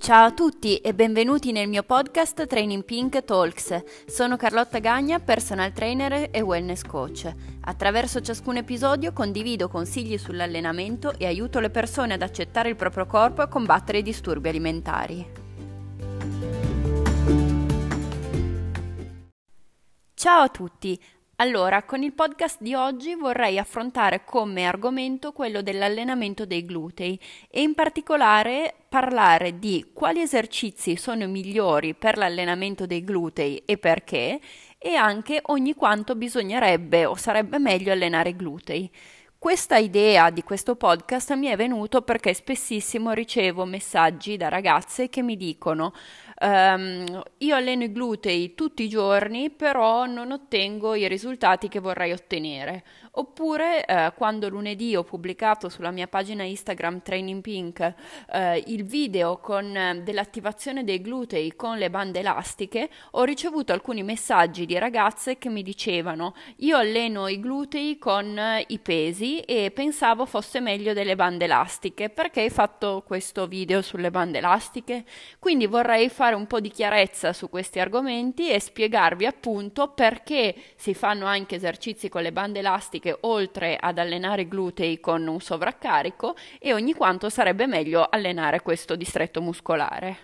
Ciao a tutti e benvenuti nel mio podcast Training Pink Talks. Sono Carlotta Gagna, personal trainer e wellness coach. Attraverso ciascun episodio condivido consigli sull'allenamento e aiuto le persone ad accettare il proprio corpo e a combattere i disturbi alimentari. Ciao a tutti! Allora, con il podcast di oggi vorrei affrontare come argomento quello dell'allenamento dei glutei e in particolare parlare di quali esercizi sono migliori per l'allenamento dei glutei e perché, e anche ogni quanto bisognerebbe o sarebbe meglio allenare i glutei. Questa idea di questo podcast mi è venuto perché spessissimo ricevo messaggi da ragazze che mi dicono io alleno i glutei tutti i giorni però non ottengo i risultati che vorrei ottenere. Oppure quando lunedì ho pubblicato sulla mia pagina Instagram Training Pink il video dell'attivazione dei glutei con le bande elastiche, ho ricevuto alcuni messaggi di ragazze che mi dicevano io alleno i glutei con i pesi e pensavo fosse meglio delle bande elastiche. Perché hai fatto questo video sulle bande elastiche? Quindi vorrei fare un po' di chiarezza su questi argomenti e spiegarvi appunto perché si fanno anche esercizi con le bande elastiche oltre ad allenare i glutei con un sovraccarico e ogni quanto sarebbe meglio allenare questo distretto muscolare.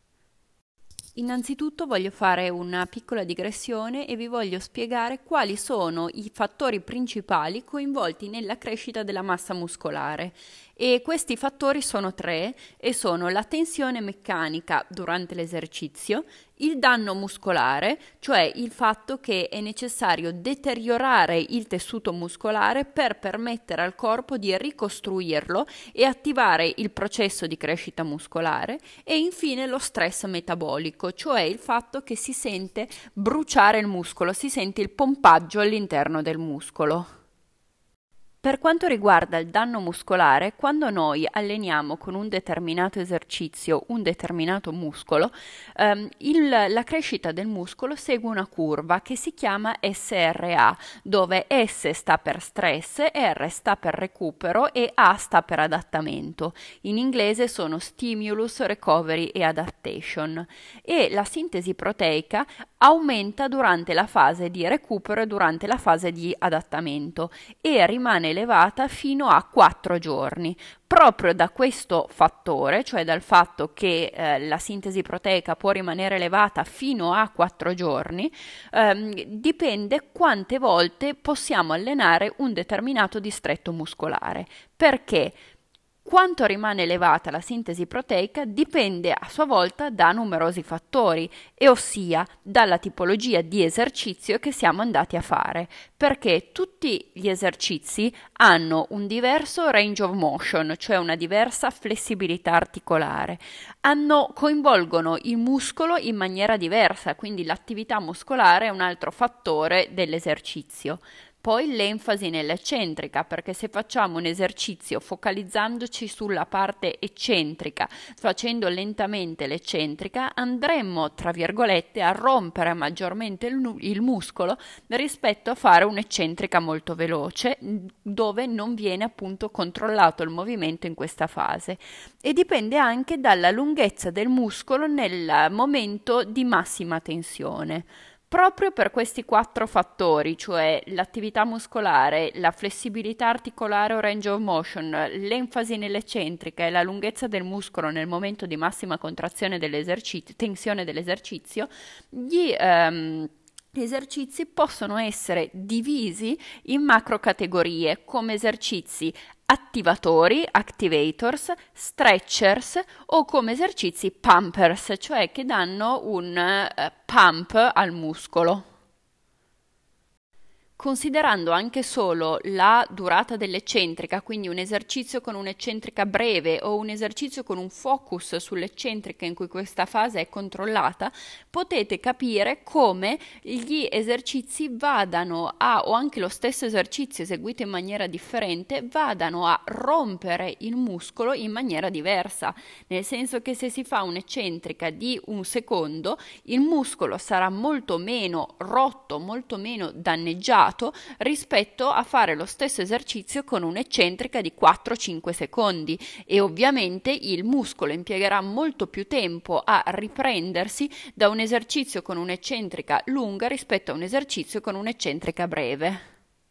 Innanzitutto voglio fare una piccola digressione e vi voglio spiegare quali sono i fattori principali coinvolti nella crescita della massa muscolare. E questi fattori sono tre e sono la tensione meccanica durante l'esercizio, il danno muscolare, cioè il fatto che è necessario deteriorare il tessuto muscolare per permettere al corpo di ricostruirlo e attivare il processo di crescita muscolare, e infine lo stress metabolico, cioè il fatto che si sente bruciare il muscolo, si sente il pompaggio all'interno del muscolo. Per quanto riguarda il danno muscolare, quando noi alleniamo con un determinato esercizio un determinato muscolo, la crescita del muscolo segue una curva che si chiama SRA, dove S sta per stress, R sta per recupero e A sta per adattamento. In inglese sono stimulus, recovery e adaptation. E la sintesi proteica aumenta durante la fase di recupero e durante la fase di adattamento e rimane elevata fino a 4 giorni. Proprio da questo fattore, cioè dal fatto che la sintesi proteica può rimanere elevata fino a 4 giorni, dipende quante volte possiamo allenare un determinato distretto muscolare. Perché? Quanto rimane elevata la sintesi proteica dipende a sua volta da numerosi fattori, e ossia dalla tipologia di esercizio che siamo andati a fare, perché tutti gli esercizi hanno un diverso range of motion, cioè una diversa flessibilità articolare, coinvolgono il muscolo in maniera diversa, quindi l'attività muscolare è un altro fattore dell'esercizio. Poi l'enfasi nell'eccentrica, perché se facciamo un esercizio focalizzandoci sulla parte eccentrica, facendo lentamente l'eccentrica, andremmo, tra virgolette, a rompere maggiormente il muscolo rispetto a fare un'eccentrica molto veloce, dove non viene appunto controllato il movimento in questa fase. E dipende anche dalla lunghezza del muscolo nel momento di massima tensione. Proprio per questi 4 fattori, cioè l'attività muscolare, la flessibilità articolare o range of motion, l'enfasi nell'eccentrica e la lunghezza del muscolo nel momento di massima contrazione tensione dell'esercizio, gli esercizi possono essere divisi in macrocategorie come esercizi attivatori, activators, stretchers o come esercizi pumpers, cioè che danno un pump al muscolo. Considerando anche solo la durata dell'eccentrica, quindi un esercizio con un'eccentrica breve o un esercizio con un focus sull'eccentrica in cui questa fase è controllata, potete capire come gli esercizi vadano o anche lo stesso esercizio eseguito in maniera differente, vadano a rompere il muscolo in maniera diversa, nel senso che se si fa un'eccentrica di un secondo, il muscolo sarà molto meno rotto, molto meno danneggiato elevato rispetto a fare lo stesso esercizio con un'eccentrica di 4-5 secondi, e ovviamente il muscolo impiegherà molto più tempo a riprendersi da un esercizio con un'eccentrica lunga rispetto a un esercizio con un'eccentrica breve.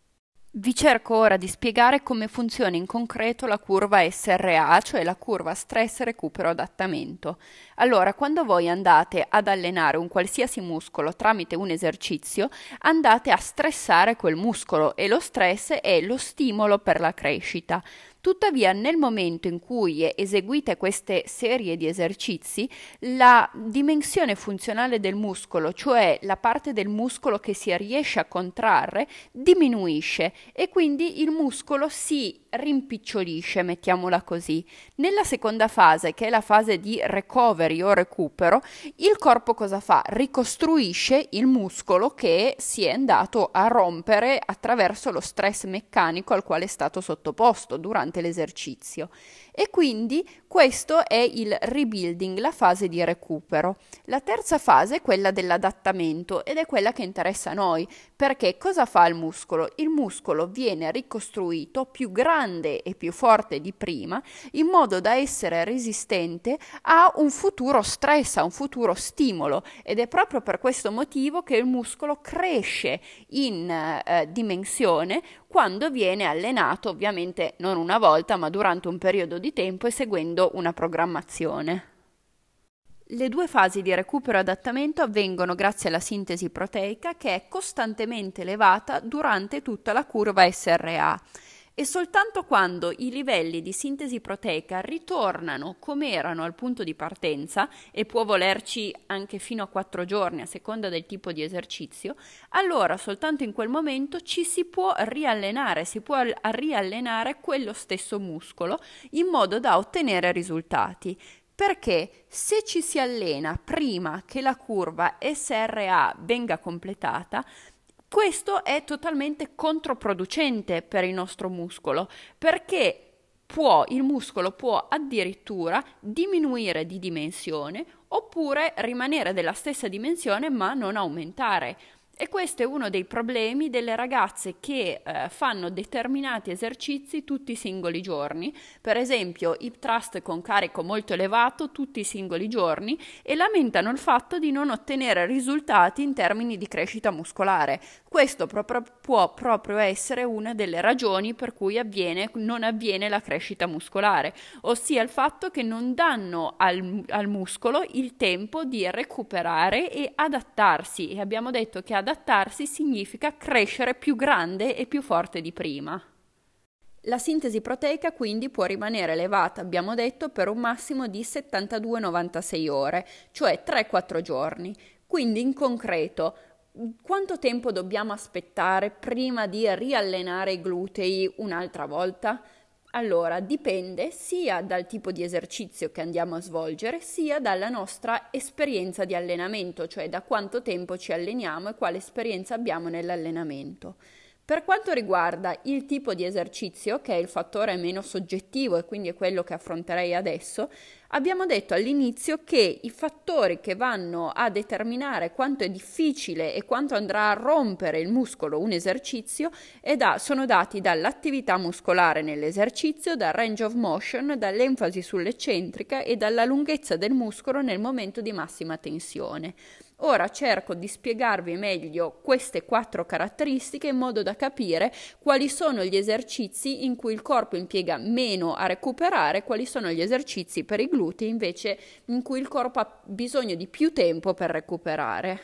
Vi cerco ora di spiegare come funziona in concreto la curva SRA, cioè la curva stress recupero adattamento. Allora, quando voi andate ad allenare un qualsiasi muscolo tramite un esercizio, andate a stressare quel muscolo, e lo stress è lo stimolo per la crescita. Tuttavia, nel momento in cui eseguite queste serie di esercizi, la dimensione funzionale del muscolo, cioè la parte del muscolo che si riesce a contrarre, diminuisce, e quindi il muscolo si rimpicciolisce, mettiamola così. Nella seconda fase, che è la fase di recovery o recupero, il corpo cosa fa? Ricostruisce il muscolo che si è andato a rompere attraverso lo stress meccanico al quale è stato sottoposto durante l'esercizio. E quindi questo è il rebuilding, la fase di recupero. La terza fase è quella dell'adattamento, ed è quella che interessa a noi, perché cosa fa il muscolo? Il muscolo viene ricostruito più grande e più forte di prima, in modo da essere resistente a un futuro stress, a un futuro stimolo, ed è proprio per questo motivo che il muscolo cresce in dimensione quando viene allenato, ovviamente non una volta, ma durante un periodo di tempo e seguendo una programmazione. Le due fasi di recupero e adattamento avvengono grazie alla sintesi proteica, che è costantemente elevata durante tutta la curva SRA. E soltanto quando i livelli di sintesi proteica ritornano come erano al punto di partenza, e può volerci anche fino a 4 giorni a seconda del tipo di esercizio, allora soltanto in quel momento ci si può riallenare, quello stesso muscolo in modo da ottenere risultati. Perché se ci si allena prima che la curva SRA venga completata, questo è totalmente controproducente per il nostro muscolo, perché il muscolo può addirittura diminuire di dimensione, oppure rimanere della stessa dimensione ma non aumentare. E questo è uno dei problemi delle ragazze che fanno determinati esercizi tutti i singoli giorni, per esempio hip thrust con carico molto elevato tutti i singoli giorni, e lamentano il fatto di non ottenere risultati in termini di crescita muscolare. Questo può proprio essere una delle ragioni per cui non avviene la crescita muscolare, ossia il fatto che non danno al muscolo il tempo di recuperare e adattarsi, e abbiamo detto che adattarsi significa crescere più grande e più forte di prima. La sintesi proteica quindi può rimanere elevata, abbiamo detto, per un massimo di 72-96 ore, cioè 3-4 giorni. Quindi in concreto, quanto tempo dobbiamo aspettare prima di riallenare i glutei un'altra volta? Allora, dipende sia dal tipo di esercizio che andiamo a svolgere, sia dalla nostra esperienza di allenamento, cioè da quanto tempo ci alleniamo e quale esperienza abbiamo nell'allenamento. Per quanto riguarda il tipo di esercizio, che è il fattore meno soggettivo e quindi è quello che affronterei adesso, abbiamo detto all'inizio che i fattori che vanno a determinare quanto è difficile e quanto andrà a rompere il muscolo un esercizio sono dati dall'attività muscolare nell'esercizio, dal range of motion, dall'enfasi sull'eccentrica e dalla lunghezza del muscolo nel momento di massima tensione. Ora cerco di spiegarvi meglio queste 4 caratteristiche in modo da capire quali sono gli esercizi in cui il corpo impiega meno a recuperare, quali sono gli esercizi per i glutei invece in cui il corpo ha bisogno di più tempo per recuperare.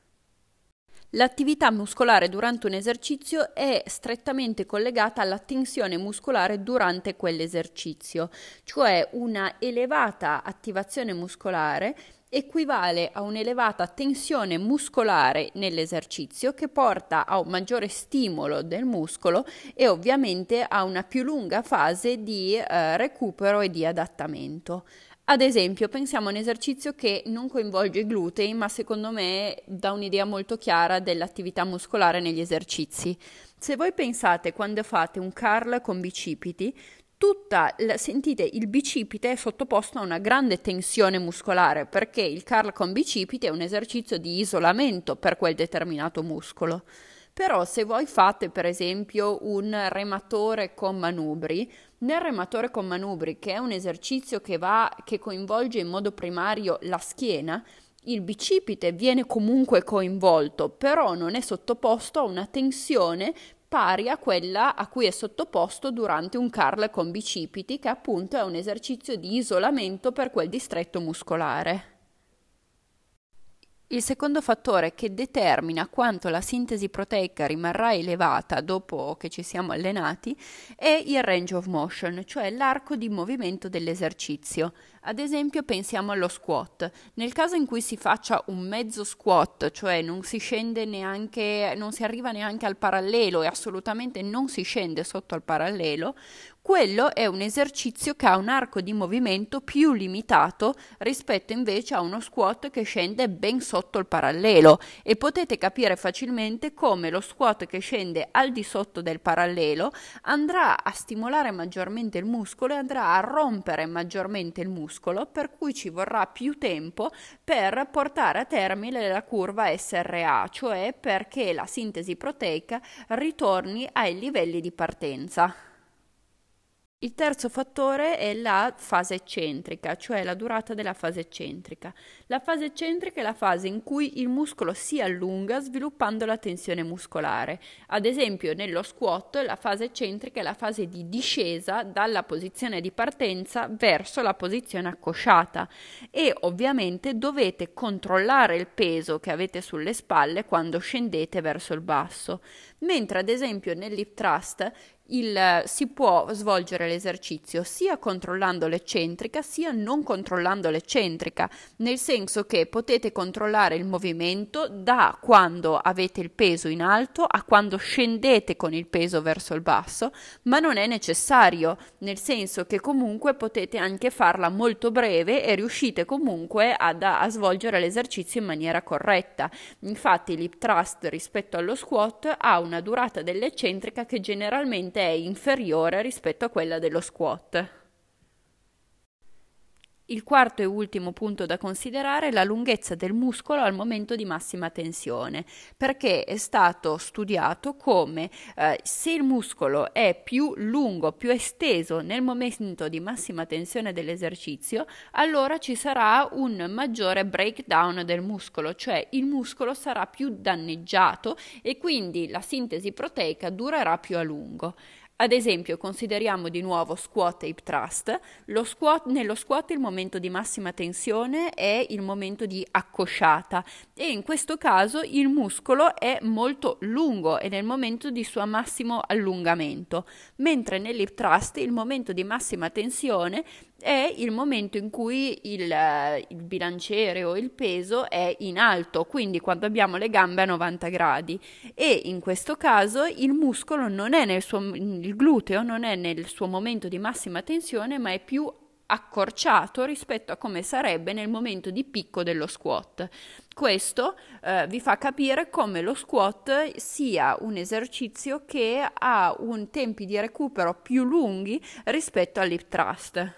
L'attività muscolare durante un esercizio è strettamente collegata alla tensione muscolare durante quell'esercizio, cioè una elevata attivazione muscolare equivale a un'elevata tensione muscolare nell'esercizio, che porta a un maggiore stimolo del muscolo e ovviamente a una più lunga fase di recupero e di adattamento. Ad esempio, pensiamo a un esercizio che non coinvolge i glutei, ma secondo me dà un'idea molto chiara dell'attività muscolare negli esercizi. Se voi pensate quando fate un curl con bicipiti, sentite, il bicipite è sottoposto a una grande tensione muscolare, perché il curl con bicipite è un esercizio di isolamento per quel determinato muscolo. Però se voi fate per esempio un rematore con manubri, nel rematore con manubri, che è un esercizio che coinvolge in modo primario la schiena, il bicipite viene comunque coinvolto, però non è sottoposto a una tensione pari a quella a cui è sottoposto durante un curl con bicipiti, che appunto è un esercizio di isolamento per quel distretto muscolare. Il secondo fattore che determina quanto la sintesi proteica rimarrà elevata dopo che ci siamo allenati è il range of motion, cioè l'arco di movimento dell'esercizio. Ad esempio pensiamo allo squat. Nel caso in cui si faccia un mezzo squat, cioè non si scende neanche, non si arriva neanche al parallelo e assolutamente non si scende sotto al parallelo, quello è un esercizio che ha un arco di movimento più limitato rispetto invece a uno squat che scende ben sotto il parallelo, e potete capire facilmente come lo squat che scende al di sotto del parallelo andrà a stimolare maggiormente il muscolo e andrà a rompere maggiormente il muscolo, per cui ci vorrà più tempo per portare a termine la curva SRA, cioè perché la sintesi proteica ritorni ai livelli di partenza. Il terzo fattore è la fase eccentrica, cioè la durata della fase eccentrica. La fase eccentrica è la fase in cui il muscolo si allunga sviluppando la tensione muscolare. Ad esempio, nello squat la fase eccentrica è la fase di discesa dalla posizione di partenza verso la posizione accosciata, e ovviamente dovete controllare il peso che avete sulle spalle quando scendete verso il basso. Mentre ad esempio nell'hip thrust si può svolgere l'esercizio sia controllando l'eccentrica sia non controllando l'eccentrica, nel senso che potete controllare il movimento da quando avete il peso in alto a quando scendete con il peso verso il basso, ma non è necessario, nel senso che comunque potete anche farla molto breve e riuscite comunque a svolgere l'esercizio in maniera corretta. Infatti l'hip thrust rispetto allo squat ha una durata dell'eccentrica che generalmente è inferiore rispetto a quella dello squat. Il quarto e ultimo punto da considerare è la lunghezza del muscolo al momento di massima tensione, perché è stato studiato come se il muscolo è più lungo, più esteso nel momento di massima tensione dell'esercizio, allora ci sarà un maggiore breakdown del muscolo, cioè il muscolo sarà più danneggiato e quindi la sintesi proteica durerà più a lungo. Ad esempio, consideriamo di nuovo squat e hip thrust. Nello squat il momento di massima tensione è il momento di accosciata e in questo caso il muscolo è molto lungo e nel momento di suo massimo allungamento, mentre nell'hip thrust il momento di massima tensione è il momento in cui il bilanciere o il peso è in alto, quindi quando abbiamo le gambe a 90 gradi, e in questo caso il muscolo non è il gluteo non è nel suo momento di massima tensione, ma è più accorciato rispetto a come sarebbe nel momento di picco dello squat. Questo vi fa capire come lo squat sia un esercizio che ha tempi di recupero più lunghi rispetto all'hip thrust.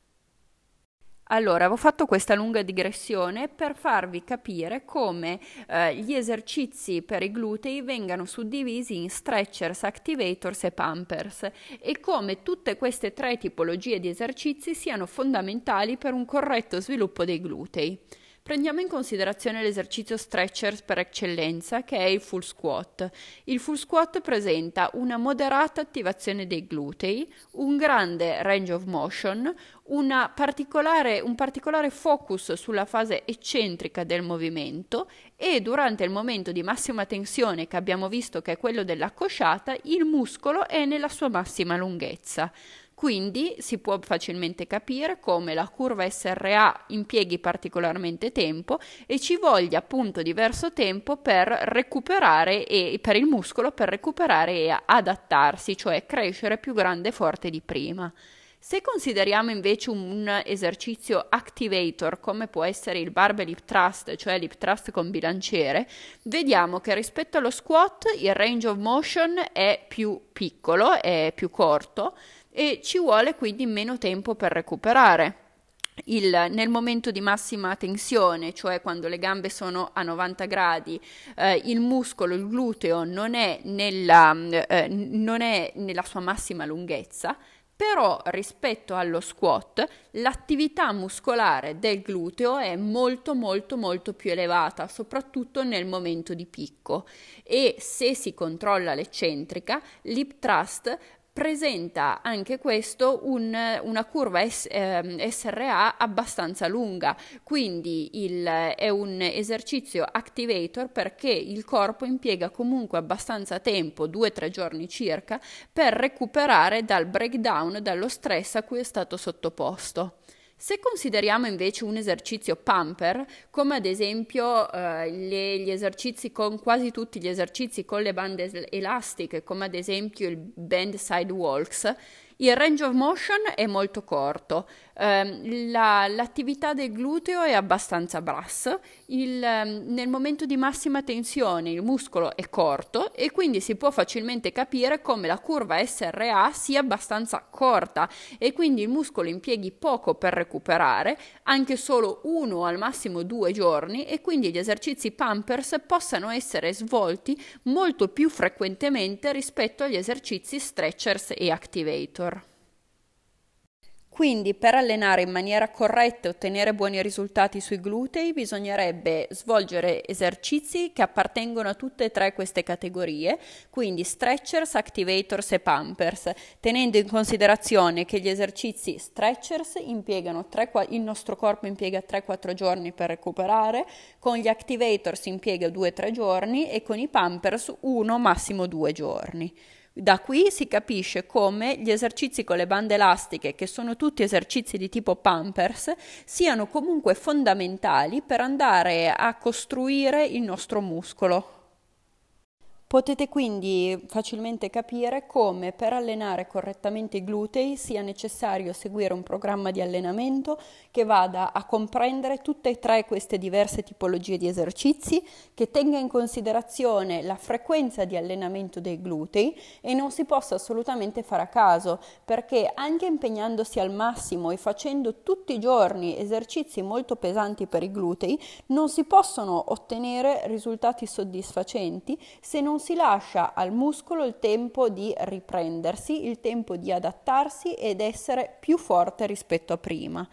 Allora, avevo fatto questa lunga digressione per farvi capire come gli esercizi per i glutei vengano suddivisi in stretchers, activators e pumpers, e come tutte queste tre tipologie di esercizi siano fondamentali per un corretto sviluppo dei glutei. Prendiamo in considerazione l'esercizio stretcher per eccellenza, che è il full squat. Il full squat presenta una moderata attivazione dei glutei, un grande range of motion, un particolare focus sulla fase eccentrica del movimento, e durante il momento di massima tensione, che abbiamo visto che è quello dell'accosciata, il muscolo è nella sua massima lunghezza. Quindi si può facilmente capire come la curva SRA impieghi particolarmente tempo e ci voglia appunto diverso tempo per recuperare e per il muscolo per recuperare e adattarsi, cioè crescere più grande e forte di prima. Se consideriamo invece un esercizio activator come può essere il barbell hip thrust, cioè l'hip thrust con bilanciere, vediamo che rispetto allo squat il range of motion è più piccolo, è più corto, e ci vuole quindi meno tempo per recuperare. Nel momento di massima tensione, cioè quando le gambe sono a 90 gradi, il muscolo, il gluteo, non è nella sua massima lunghezza, però rispetto allo squat l'attività muscolare del gluteo è molto molto molto più elevata, soprattutto nel momento di picco, e se si controlla l'eccentrica, l'hip thrust presenta anche questo una curva SRA abbastanza lunga, quindi è un esercizio activator perché il corpo impiega comunque abbastanza tempo, 2-3 giorni circa, per recuperare dal breakdown, dallo stress a cui è stato sottoposto. Se consideriamo invece un esercizio pumper, come ad esempio gli esercizi quasi tutti gli esercizi con le bande elastiche, come ad esempio il band side walks, il range of motion è molto corto, l'attività del gluteo è abbastanza bassa, nel momento di massima tensione il muscolo è corto e quindi si può facilmente capire come la curva SRA sia abbastanza corta e quindi il muscolo impieghi poco per recuperare, anche solo 1 al massimo 2 giorni, e quindi gli esercizi pumpers possano essere svolti molto più frequentemente rispetto agli esercizi stretchers e activator. Quindi per allenare in maniera corretta e ottenere buoni risultati sui glutei bisognerebbe svolgere esercizi che appartengono a tutte e tre queste categorie, quindi stretchers, activators e pumpers, tenendo in considerazione che gli esercizi stretchers il nostro corpo impiega 3-4 giorni per recuperare, con gli activators impiega 2-3 giorni e con i pumpers 1 massimo 2 giorni. Da qui si capisce come gli esercizi con le bande elastiche, che sono tutti esercizi di tipo pumpers, siano comunque fondamentali per andare a costruire il nostro muscolo. Potete quindi facilmente capire come per allenare correttamente i glutei sia necessario seguire un programma di allenamento che vada a comprendere tutte e tre queste diverse tipologie di esercizi, che tenga in considerazione la frequenza di allenamento dei glutei e non si possa assolutamente fare a caso, perché anche impegnandosi al massimo e facendo tutti i giorni esercizi molto pesanti per i glutei, non si possono ottenere risultati soddisfacenti se non si lascia al muscolo il tempo di riprendersi, il tempo di adattarsi ed essere più forte rispetto a prima.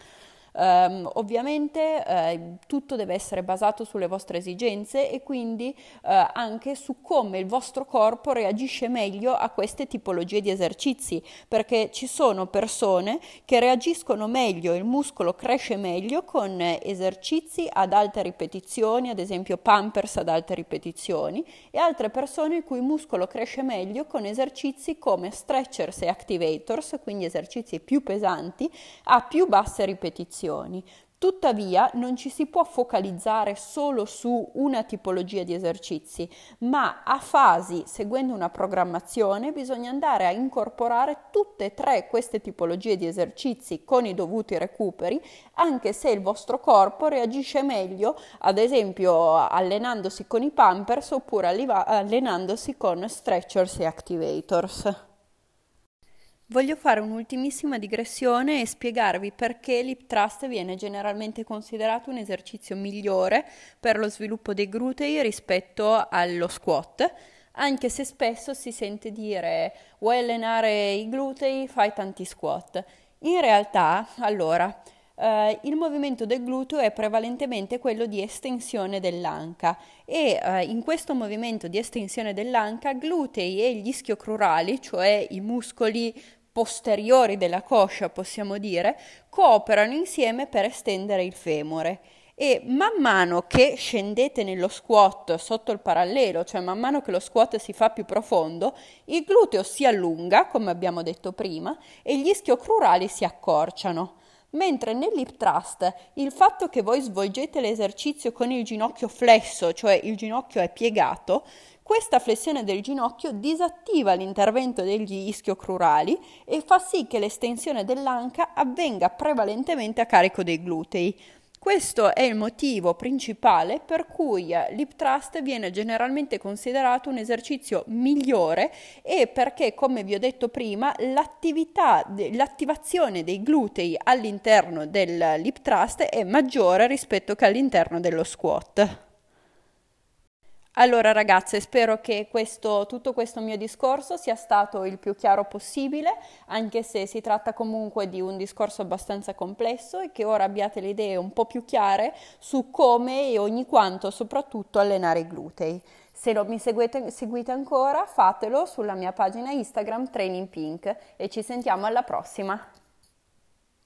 Ovviamente tutto deve essere basato sulle vostre esigenze e quindi anche su come il vostro corpo reagisce meglio a queste tipologie di esercizi, perché ci sono persone che reagiscono meglio, il muscolo cresce meglio con esercizi ad alte ripetizioni, ad esempio pumpers ad alte ripetizioni, e altre persone il cui muscolo cresce meglio con esercizi come stretchers e activators, quindi esercizi più pesanti a più basse ripetizioni. Tuttavia non ci si può focalizzare solo su una tipologia di esercizi, ma a fasi, seguendo una programmazione, bisogna andare a incorporare tutte e tre queste tipologie di esercizi con i dovuti recuperi, anche se il vostro corpo reagisce meglio, ad esempio allenandosi con i pumpers oppure allenandosi con stretchers e activators. Voglio fare un'ultimissima digressione e spiegarvi perché l'hip thrust viene generalmente considerato un esercizio migliore per lo sviluppo dei glutei rispetto allo squat, anche se spesso si sente dire vuoi allenare i glutei, fai tanti squat. In realtà, allora, il movimento del gluteo è prevalentemente quello di estensione dell'anca e in questo movimento di estensione dell'anca glutei e gli ischiocrurali, cioè i muscoli posteriori della coscia, possiamo dire, cooperano insieme per estendere il femore. E man mano che scendete nello squat sotto il parallelo, cioè man mano che lo squat si fa più profondo, il gluteo si allunga, come abbiamo detto prima, e gli ischiocrurali si accorciano. Mentre nell'hip thrust il fatto che voi svolgete l'esercizio con il ginocchio flesso, cioè il ginocchio è piegato, questa flessione del ginocchio disattiva l'intervento degli ischiocrurali e fa sì che l'estensione dell'anca avvenga prevalentemente a carico dei glutei. Questo è il motivo principale per cui l'hip thrust viene generalmente considerato un esercizio migliore e perché, come vi ho detto prima, l'attivazione dei glutei all'interno dell'hip thrust è maggiore rispetto che all'interno dello squat. Allora ragazze, spero che tutto questo mio discorso sia stato il più chiaro possibile, anche se si tratta comunque di un discorso abbastanza complesso e che ora abbiate le idee un po' più chiare su come e ogni quanto soprattutto allenare i glutei. Se non mi seguite ancora, fatelo sulla mia pagina Instagram Training Pink e ci sentiamo alla prossima!